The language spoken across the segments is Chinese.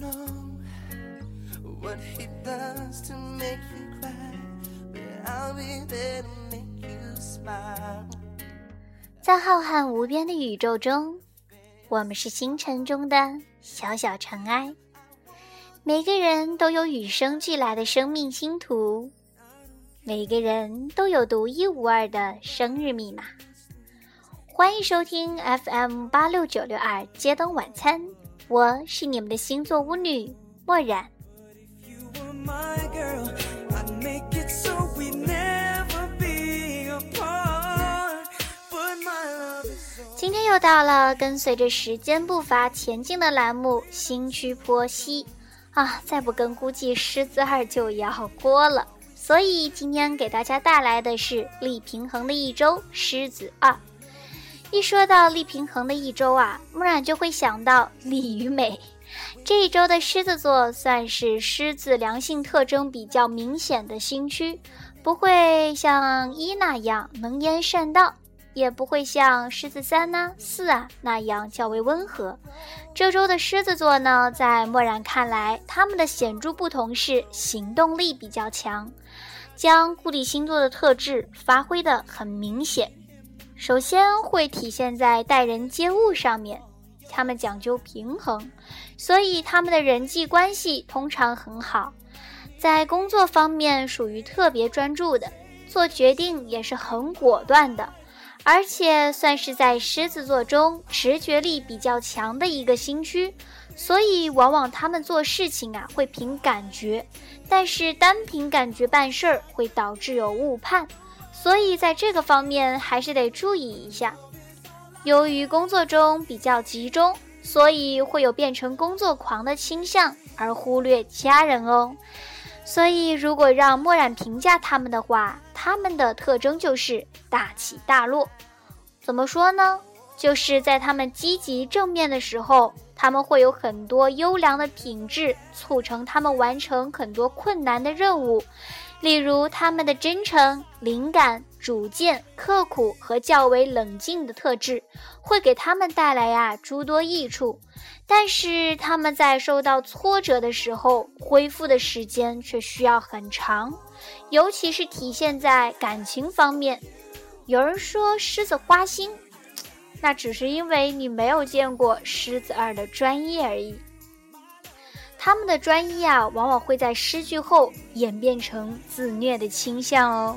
know what he does to make you cry, but I'll be there to make you smile. 在浩瀚无边的宇宙中，我们是星辰中的小小尘埃。每个人都有与生俱来的生命星图，每个人都有独一无二的生日密码。欢迎收听 FM86962 街灯晚餐，我是你们的星座巫女墨染。今天又到了跟随着时间步伐前进的栏目星区剖析啊，再不跟估计狮子2就要过了，所以今天给大家带来的是力平衡的一周狮子2。一说到力平衡的一周啊，木染就会想到力与美。这一周的狮子座算是狮子良性特征比较明显的星区，不会像1那样能言善道，也不会像狮子3、4那样较为温和。这周的狮子座呢，在墨染看来，他们的显著不同是行动力比较强，将固定星座的特质发挥得很明显。首先会体现在待人接物上面，他们讲究平衡，所以他们的人际关系通常很好。在工作方面属于特别专注的，做决定也是很果断的，而且算是在狮子座中直觉力比较强的一个星区，所以往往他们做事情啊会凭感觉，但是单凭感觉办事儿会导致有误判，所以在这个方面还是得注意一下。由于工作中比较集中，所以会有变成工作狂的倾向，而忽略家人哦。所以如果让墨染评价他们的话，他们的特征就是大起大落。怎么说呢？就是在他们积极正面的时候，他们会有很多优良的品质，促成他们完成很多困难的任务。例如他们的真诚、灵感、主见、刻苦和较为冷静的特质，会给他们带来诸多益处。但是他们在受到挫折的时候，恢复的时间却需要很长，尤其是体现在感情方面。有人说狮子花心，那只是因为你没有见过狮子2的专一而已。他们的专一往往会在失去后演变成自虐的倾向哦。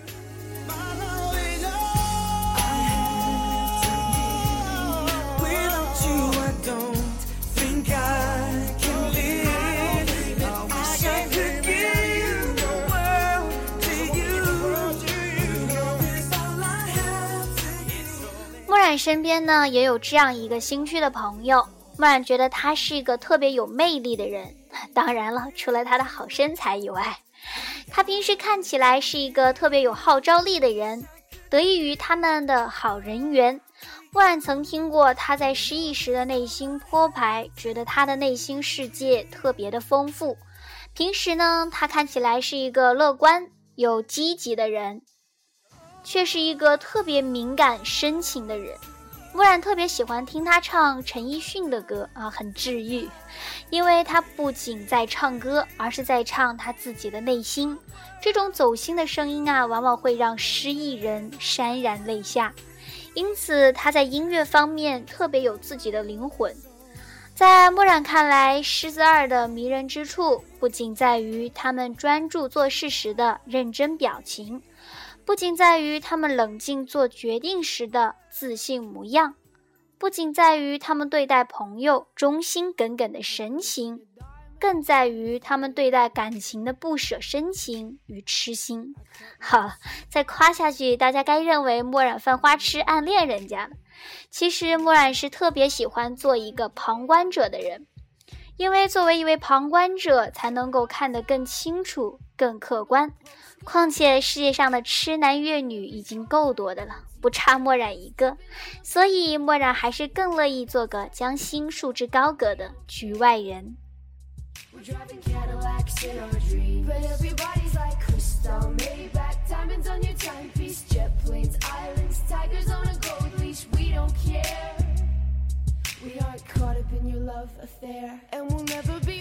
墨染身边呢也有这样一个星区的朋友，墨染觉得他是一个特别有魅力的人，当然了，除了他的好身材以外，他平时看起来是一个特别有号召力的人。得益于他们的好人缘，墨染曾听过他在失意时的内心剖排，觉得他的内心世界特别的丰富。平时呢，他看起来是一个乐观又积极的人，却是一个特别敏感深情的人。墨染特别喜欢听他唱陈奕迅的歌很治愈，因为他不仅在唱歌，而是在唱他自己的内心。这种走心的声音往往会让失意人潸然泪下，因此他在音乐方面特别有自己的灵魂。在墨染看来，狮子2的迷人之处不仅在于他们专注做事时的认真表情，不仅在于他们冷静做决定时的自信模样，不仅在于他们对待朋友忠心耿耿的神情，更在于他们对待感情的不舍深情与痴心。好，再夸下去，大家该认为墨染犯花痴暗恋人家了。其实墨染是特别喜欢做一个旁观者的人，因为作为一位旁观者才能够看得更清楚更客观，况且世界上的痴男怨女已经够多的了，不差墨染一个，所以墨染还是更乐意做个将心束之高阁的局外人。We're driving Cadillacs in our dream, but everybody's like crystal, Maybach, diamonds on your timepiece, jet planes, islands, tigers on a gold leash. We don't care. We aren't caught up in your love affair, and we'll never be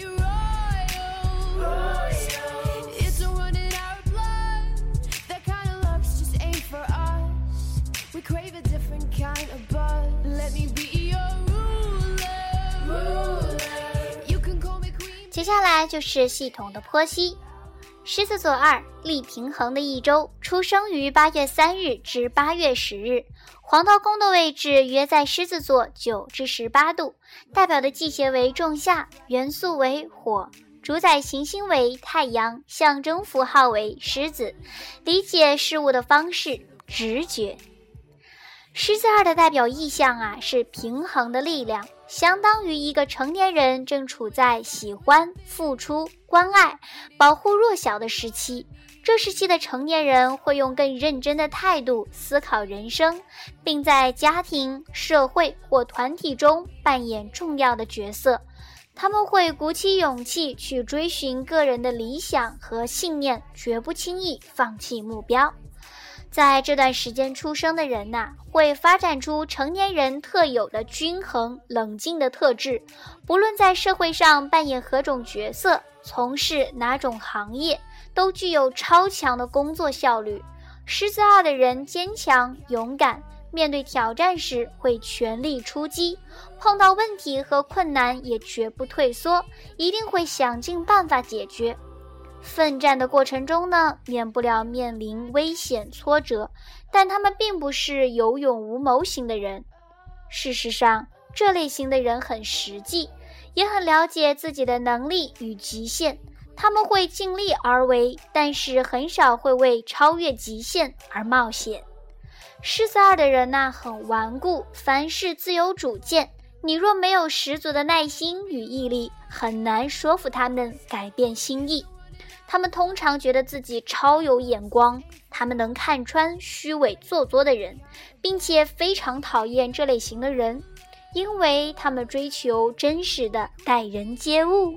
下来就是系统的剖析。狮子座2，力平衡的一周，出生于8月3日至8月10日，黄道宫的位置约在狮子座9至18度，代表的季节为仲夏，元素为火，主宰行星为太阳，象征符号为狮子，理解事物的方式直觉。狮子2的代表意象是平衡的力量，相当于一个成年人正处在喜欢、付出、关爱、保护弱小的时期。这时期的成年人会用更认真的态度思考人生，并在家庭、社会或团体中扮演重要的角色。他们会鼓起勇气去追寻个人的理想和信念，绝不轻易放弃目标。在这段时间出生的人会发展出成年人特有的均衡、冷静的特质，不论在社会上扮演何种角色，从事哪种行业，都具有超强的工作效率。狮子2的人坚强、勇敢，面对挑战时会全力出击，碰到问题和困难也绝不退缩，一定会想尽办法解决。奋战的过程中免不了面临危险挫折，但他们并不是有勇无谋型的人。事实上，这类型的人很实际，也很了解自己的能力与极限，他们会尽力而为，但是很少会为超越极限而冒险。狮子2的人很顽固，凡事自有主见，你若没有十足的耐心与毅力，很难说服他们改变心意。他们通常觉得自己超有眼光，他们能看穿虚伪做作的人，并且非常讨厌这类型的人，因为他们追求真实的待人接物。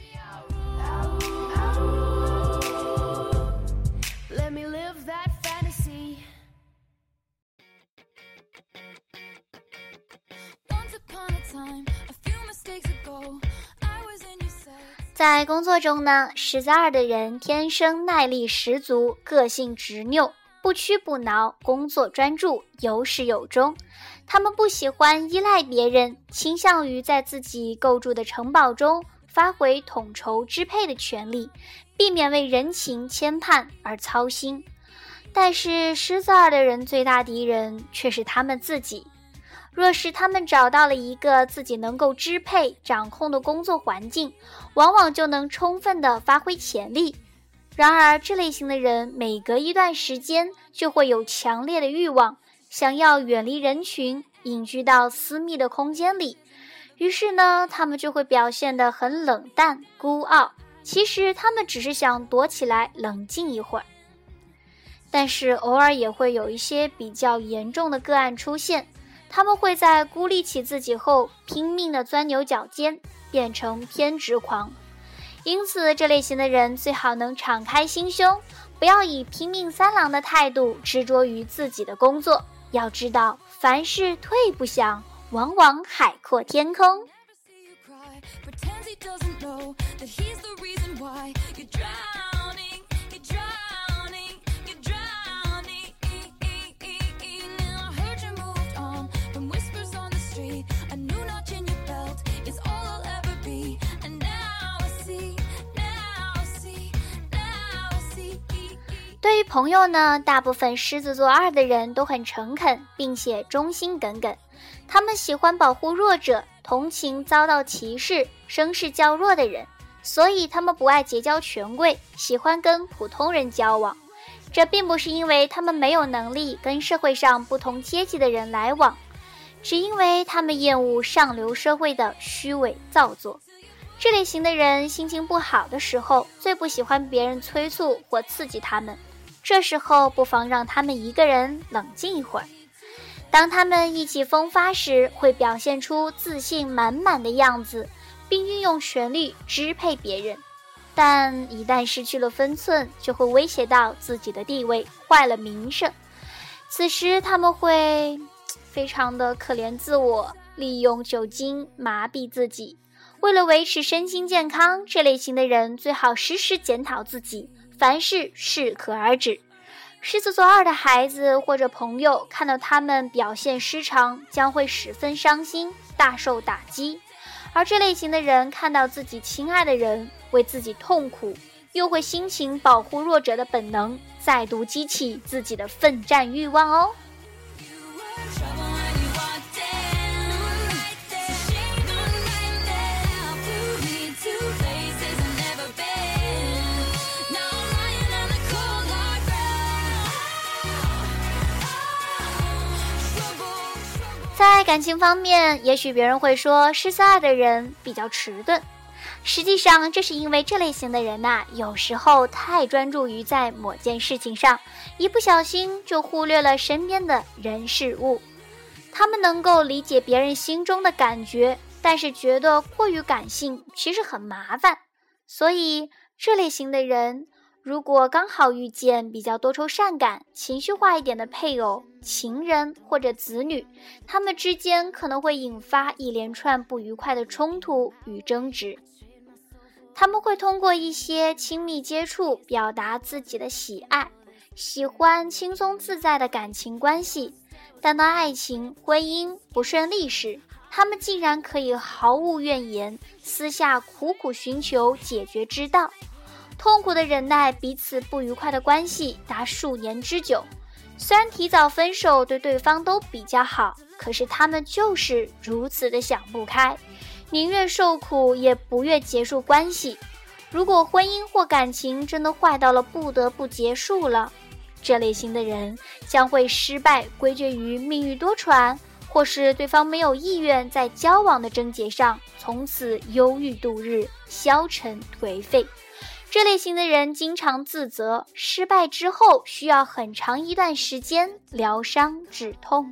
在工作中狮子2的人天生耐力十足，个性执拗，不屈不挠，工作专注，有始有终。他们不喜欢依赖别人，倾向于在自己构筑的城堡中发挥统筹支配的权利，避免为人情牵绊而操心。但是狮子2的人最大敌人却是他们自己。若是他们找到了一个自己能够支配、掌控的工作环境，往往就能充分地发挥潜力。然而，这类型的人每隔一段时间就会有强烈的欲望，想要远离人群，隐居到私密的空间里。于是他们就会表现得很冷淡、孤傲。其实他们只是想躲起来冷静一会儿。但是偶尔也会有一些比较严重的个案出现，他们会在孤立起自己后拼命地钻牛角尖，变成偏执狂。因此这类型的人最好能敞开心胸，不要以拼命三郎的态度执着于自己的工作。要知道，凡事退一步想，往往海阔天空。对于朋友大部分狮子座2的人都很诚恳，并且忠心耿耿。他们喜欢保护弱者，同情遭到歧视、声势较弱的人，所以他们不爱结交权贵，喜欢跟普通人交往。这并不是因为他们没有能力跟社会上不同阶级的人来往，只因为他们厌恶上流社会的虚伪造作。这类型的人心情不好的时候，最不喜欢别人催促或刺激他们，这时候不妨让他们一个人冷静一会儿。当他们意气风发时，会表现出自信满满的样子，并运用权力支配别人。但一旦失去了分寸，就会威胁到自己的地位，坏了名声。此时他们会非常的可怜自我，利用酒精麻痹自己。为了维持身心健康，这类型的人最好时时检讨自己，凡事适可而止。狮子座2的孩子或者朋友看到他们表现失常，将会十分伤心，大受打击。 而这类型的人看到自己亲爱的人为自己痛苦，又会兴起保护弱者的本能，再度激起自己的奋战欲望哦。在感情方面，也许别人会说狮子2的人比较迟钝，实际上这是因为这类型的人有时候太专注于在某件事情上，一不小心就忽略了身边的人事物。他们能够理解别人心中的感觉，但是觉得过于感性其实很麻烦。所以这类型的人如果刚好遇见比较多愁善感、情绪化一点的配偶、情人或者子女，他们之间可能会引发一连串不愉快的冲突与争执。他们会通过一些亲密接触表达自己的喜爱，喜欢轻松自在的感情关系，但当爱情、婚姻不顺利时，他们竟然可以毫无怨言，私下苦苦寻求解决之道。痛苦的忍耐彼此不愉快的关系达数年之久，虽然提早分手对对方都比较好，可是他们就是如此的想不开，宁愿受苦也不愿结束关系。如果婚姻或感情真的坏到了不得不结束了，这类型的人将会失败归结于命运多舛，或是对方没有意愿在交往的症结上，从此忧郁度日，消沉颓废。这类型的人经常自责，失败之后需要很长一段时间疗伤止痛。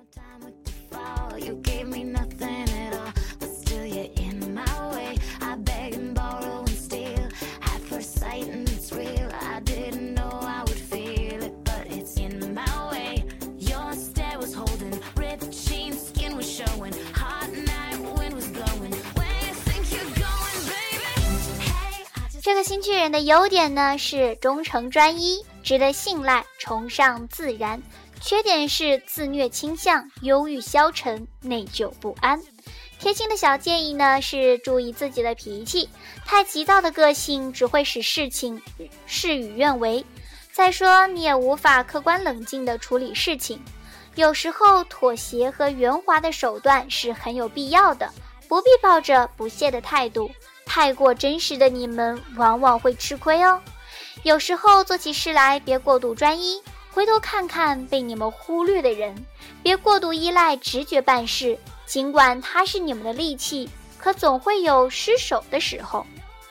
这个星区人的优点呢是忠诚专一，值得信赖，崇尚自然。缺点是自虐倾向，忧郁消沉，内疚不安。贴心的小建议呢是注意自己的脾气，太急躁的个性只会使事情事与愿违。再说你也无法客观冷静地处理事情，有时候妥协和圆滑的手段是很有必要的，不必抱着不屑的态度。太过真实的你们往往会吃亏哦。有时候做起事来别过度专一，回头看看被你们忽略的人，别过度依赖直觉办事，尽管它是你们的利器，可总会有失手的时候。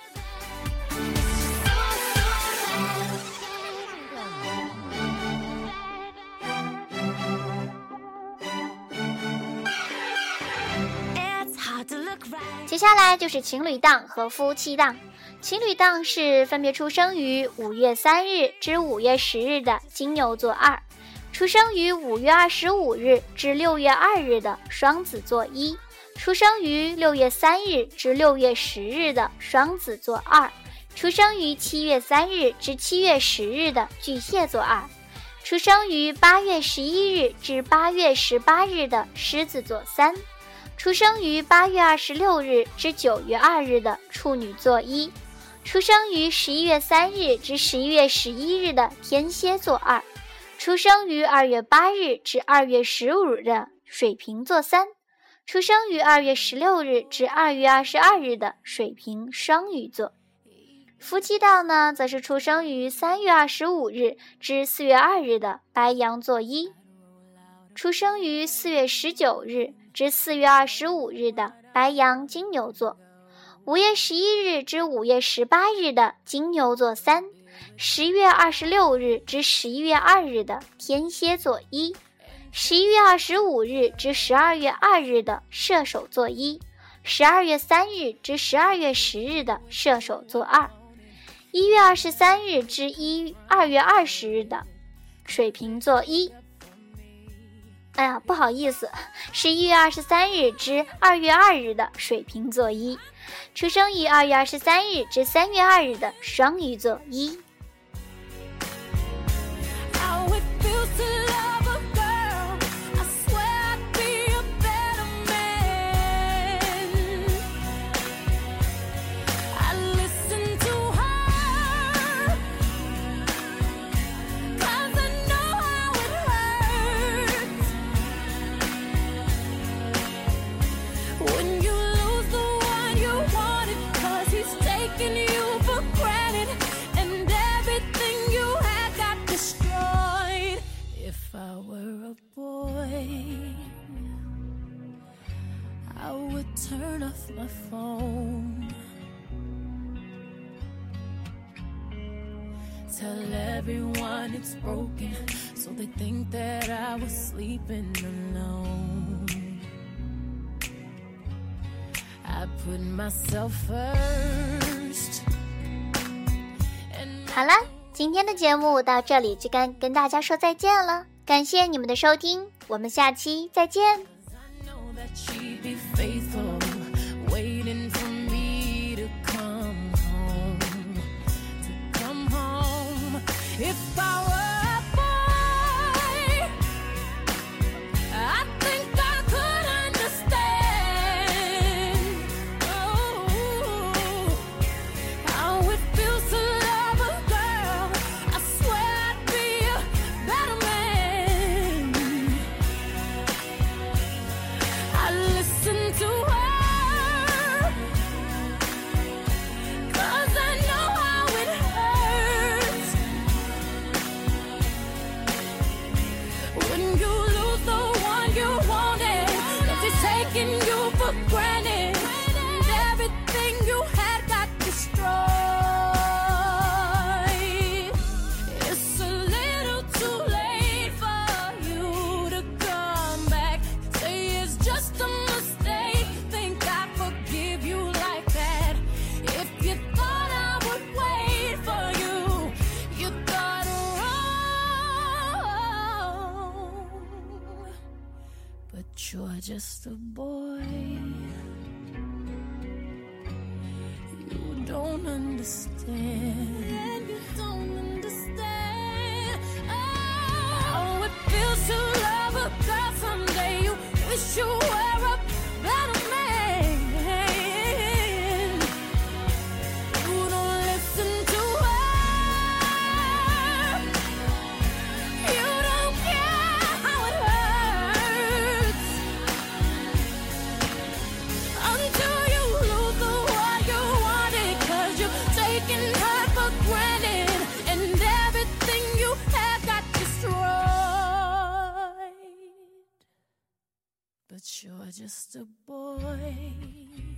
接下来就是情侣档和夫妻档。情侣档是分别出生于5月3日至5月10日的金牛座2，出生于5月25日至6月2日的双子座1，出生于6月3日至6月10日的双子座2，出生于7月3日至7月10日的巨蟹座2，出生于8月11日至8月18日的狮子座3，出生于8月26日至9月2日的处女座1，出生于11月3日至11月11日的天蝎座2，出生于2月8日至2月15日的水瓶座3，出生于2月16日至2月22日的水瓶双鱼座。夫妻档呢，则是出生于3月25日至4月2日的白羊座1，出生于4月19日至4月25日的白羊金牛座，5月11日至5月18日的金牛座3，10月26日至11月2日的天蝎座1， 11月25日至12月2日的射手座1， 12月3日至12月10日的射手座2， 1月23日至2月20日的水瓶座1。不好意思，是1月23日至2月2日的水瓶座1，出生于2月23日至3月2日的双鱼座1。 turn off my phone. Tell everyone it's broken, so they think that I was sleeping alone. I put myself first. 好了，今天的节目到这里就该跟大家说再见了，感谢你们的收听，我们下期再见。 If I were a boy, I think I could understand how it feels to love a girl. I swear I'd be a better man. I listen to her, 'cause I know how it hurts when you lose the one you wanted. If it's taking you for granted, and everything you had got destroyed. It's a little too late for you to come back. Say it's just a mistake, think I forgive you like that. If you thought I would wait for you, you thought wrong. But you're just a boy. You don't understand. You don't understand how it feels to love a girl someday. You wish you were a better man. You don't listen to her. You don't care how it hurts until you lose the one you wanted, 'cause you're taking her for granted, and everything you have got destroyed. But you're just a boy.